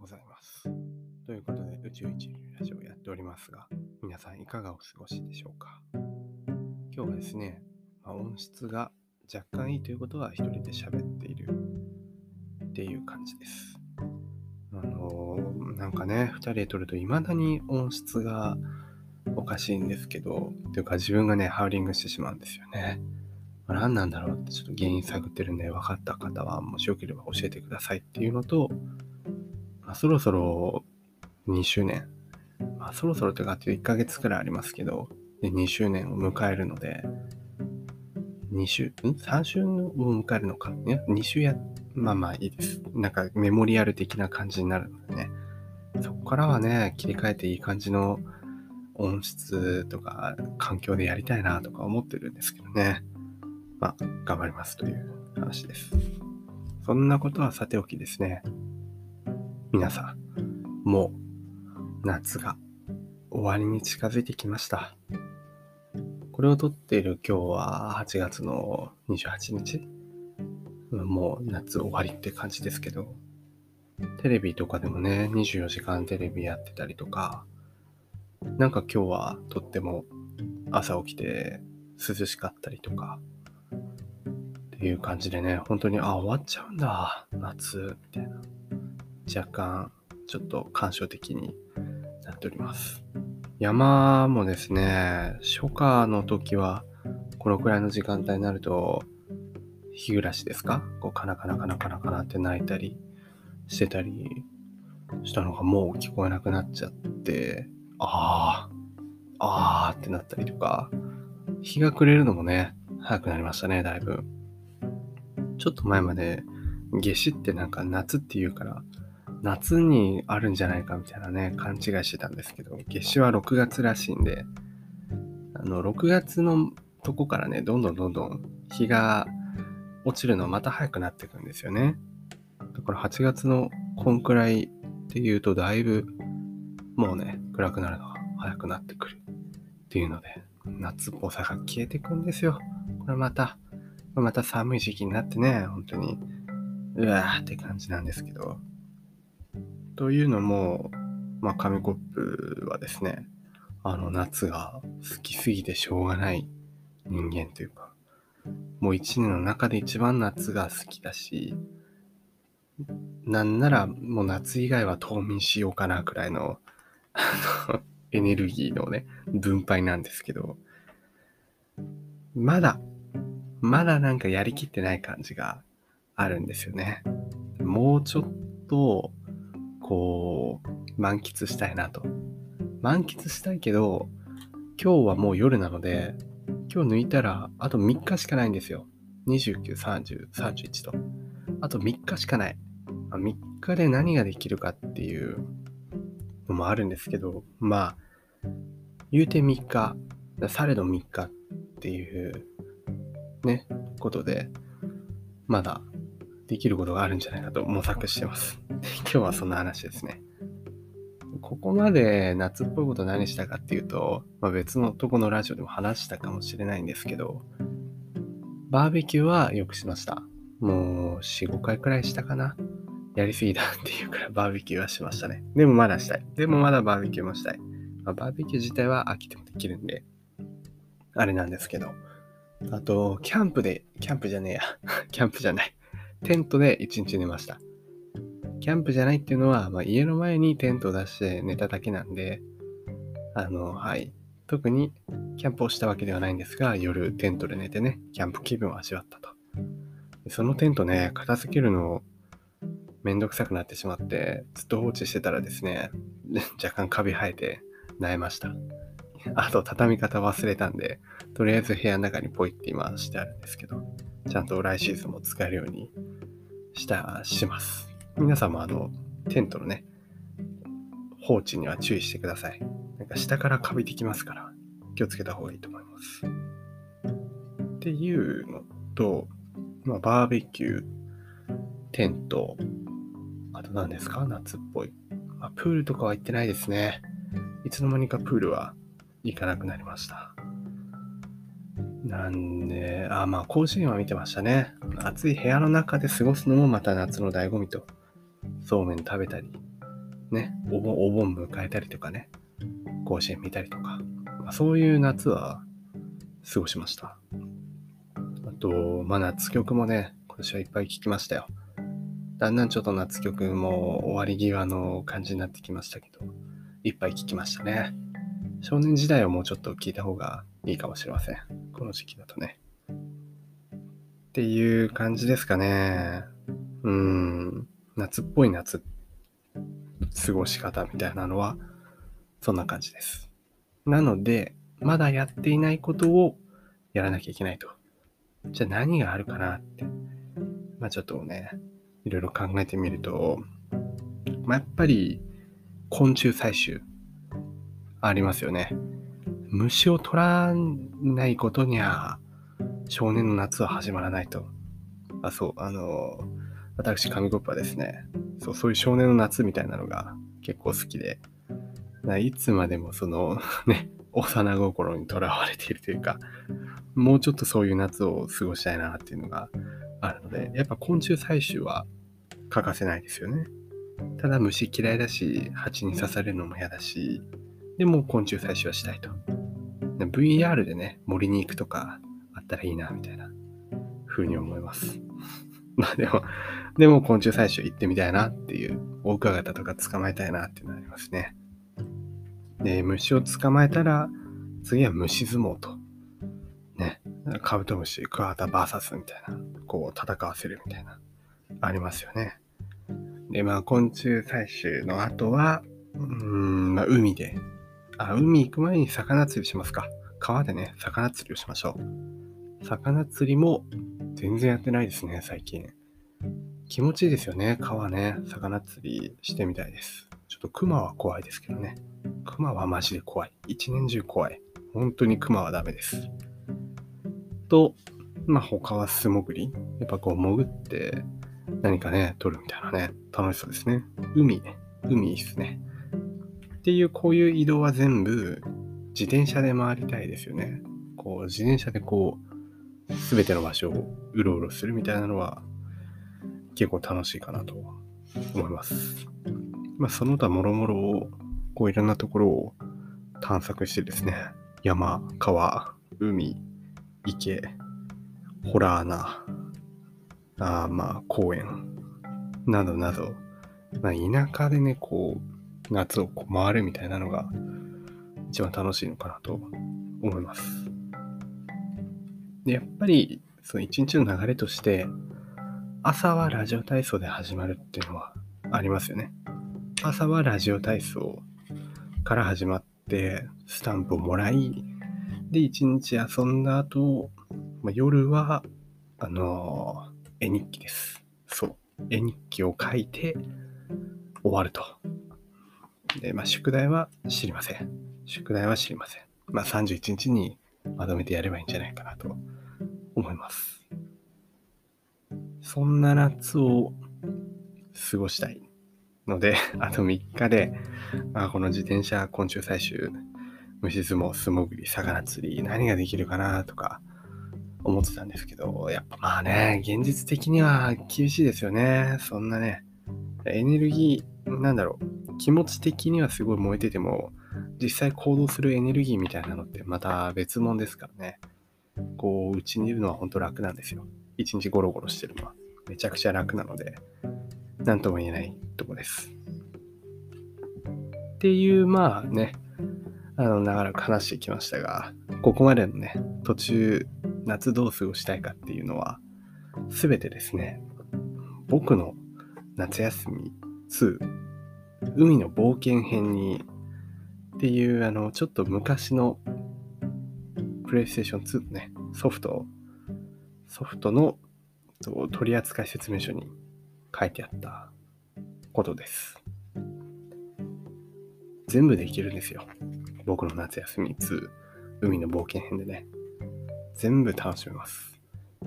ざいます。ということで、宇宙一流ラジオをやっておりますが、皆さんいかがお過ごしでしょうか。今日はですね、音質が若干いいということは一人で喋っているっていう感じです。なんかね、二人で撮ると未だに音質がおかしいんですけど、というか自分がね、ハウリングしてしまうんですよね。何なんだろうってちょっと原因探ってるんで、分かった方はもしよければ教えてくださいっていうのと、そろそろ2周年、そろそろというか1ヶ月くらいありますけど、で2周年を迎えるので、3周を迎えるのか。2周まあいいです。なんかメモリアル的な感じになるのでね。そこからはね、切り替えていい感じの音質とか環境でやりたいなとか思ってるんですけどね。頑張りますという話です。そんなことはさておきですね。皆さん、もう夏が終わりに近づいてきました。これを撮っている今日は8月の28日。もう夏終わりって感じですけど、テレビとかでもね、24時間テレビやってたりとか、なんか今日はとっても朝起きて涼しかったりとか、っていう感じでね、本当に終わっちゃうんだ、夏、みたいな。若干、ちょっと感傷的になっております。山もですね、初夏の時は、このくらいの時間帯になると、日暮らしですか？こうカナカナカナカナカナって鳴いたりしてたりしたのがもう聞こえなくなっちゃって、あーってなったりとか、日が暮れるのもね、早くなりましたね、だいぶ。ちょっと前まで、夏至ってなんか夏って言うから、夏にあるんじゃないかみたいなね、勘違いしてたんですけど、夏至は6月らしいんで、6月のとこからね、どんどん日が落ちるのまた早くなっていくんですよね。だから8月のこんくらいっていうとだいぶもうね、暗くなるのが早くなってくるっていうので、夏っぽさが消えていくんですよ。これまた寒い時期になってね、本当にうわーって感じなんですけど。というのも、紙コップはですね、夏が好きすぎてしょうがない人間というか、もう一年の中で一番夏が好きだし、なんならもう夏以外は冬眠しようかなくらいのエネルギーのね、分配なんですけど、まだなんかやりきってない感じがあるんですよね。もうちょっと、満喫したいなと。満喫したいけど、今日はもう夜なので、今日抜いたら、あと3日しかないんですよ。29、30、31と。あと3日しかない。3日で何ができるかっていうのもあるんですけど、言うて3日、されど3日っていうね、ことで、まだできることがあるんじゃないかと模索してます。今日はそんな話ですね。ここまで夏っぽいこと何したかっていうと、別のとこのラジオでも話したかもしれないんですけど、バーベキューはよくしました。もう4、5回くらいしたかな。やりすぎだっていうくらいバーベキューはしましたね。でもまだしたい。でもまだバーベキューもしたい。バーベキュー自体は飽きてもできるんで、あれなんですけど。あと、キャンプじゃねえや。キャンプじゃない。テントで1日寝ました。キャンプじゃないっていうのは、家の前にテントを出して寝ただけなんで、はい。特にキャンプをしたわけではないんですが、夜テントで寝てね、キャンプ気分を味わったと。そのテントね、片付けるのめんどくさくなってしまって、ずっと放置してたらですね、若干カビ生えて萎えました。あと畳み方忘れたんで、とりあえず部屋の中にポイって今してあるんですけど、ちゃんと来シーズンも使えるようにします。皆さんもテントのね、放置には注意してください。なんか下からカビてきますから、気をつけた方がいいと思います。っていうのと、バーベキュー、テント、あと何ですか？夏っぽい。プールとかは行ってないですね。いつの間にかプールは行かなくなりました。なんで、甲子園は見てましたね。暑い部屋の中で過ごすのもまた夏の醍醐味と。そうめん食べたり、 ね、お盆迎えたりとかね、甲子園見たりとか、そういう夏は過ごしました。あと、夏曲もね、今年はいっぱい聴きましたよ。だんだんちょっと夏曲も終わり際の感じになってきましたけど、いっぱい聴きましたね。少年時代はもうちょっと聴いた方がいいかもしれません。この時期だとね。っていう感じですかね。夏っぽい夏過ごし方みたいなのはそんな感じです。なので、まだやっていないことをやらなきゃいけないと。じゃあ何があるかなって。ちょっとね、いろいろ考えてみると、やっぱり昆虫採集ありますよね。虫を取らないことには少年の夏は始まらないと。私、紙コップはですね、そういう少年の夏みたいなのが結構好きで、いつまでもそのね、幼心にとらわれているというか、もうちょっとそういう夏を過ごしたいなっていうのがあるので、やっぱ昆虫採集は欠かせないですよね。ただ虫嫌いだし、蜂に刺されるのも嫌だし、でも昆虫採集はしたいと。VR でね、森に行くとかあったらいいなみたいな風に思います。でも昆虫採集行ってみたいなっていう、オオクワガタとか捕まえたいなっていうのがありますね。で、虫を捕まえたら、次は虫相撲と。ね、カブトムシ、クワガタ VS みたいな、こう戦わせるみたいな、ありますよね。で、昆虫採集の後は、海で、海行く前に魚釣りしますか。川でね、魚釣りをしましょう。魚釣りも全然やってないですね、最近。気持ちいいですよね、川ね、魚釣りしてみたいです。ちょっとクマは怖いですけどね。クマはマジで怖い。一年中怖い。本当にクマはダメです。と、他は素潜り。やっぱこう潜って何かね、撮るみたいなね、楽しそうですね。海いいっすね。っていう、こういう移動は全部自転車で回りたいですよね。こう、自転車でこう、すべての場所をうろうろするみたいなのは結構楽しいかなと思います。その他もろもろを、こういろんなところを探索してですね、山、川、海、池、ホラーな、公園などなど、田舎でね、こう、夏をこう回るみたいなのが一番楽しいのかなと思います。で、やっぱり、その一日の流れとして、朝はラジオ体操で始まるっていうのはありますよね。朝はラジオ体操から始まって、スタンプをもらい、で、一日遊んだ後、夜は、絵日記です。そう。絵日記を書いて終わると。で、宿題は知りません。31日にまとめてやればいいんじゃないかなと思います。そんな夏を過ごしたいので、あと3日で、この自転車、昆虫採集、虫相撲、素潜り、魚釣り、何ができるかなとか思ってたんですけど、やっぱ現実的には厳しいですよね。そんなね、エネルギー、気持ち的にはすごい燃えてても、実際行動するエネルギーみたいなのってまた別物ですからね。こう、うちにいるのは本当楽なんですよ。一日ゴロゴロしてるのは。めちゃくちゃ楽なので、なんとも言えないとこです。っていう、長らく話してきましたが、ここまでのね、途中、夏どう過ごしたいかっていうのは、すべてですね、僕の夏休み2、海の冒険編に、っていう、ちょっと昔のプレイステーション2のね、ソフトの取扱説明書に書いてあったことです。全部できるんですよ。僕の夏休み2、海の冒険編でね。全部楽しめます。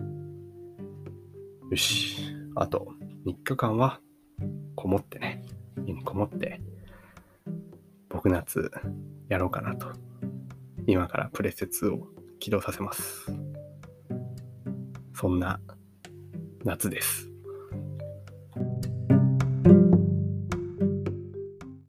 よし。あと3日間は家にこもって、僕夏やろうかなと。今からプレステ2を起動させます。そんな夏です。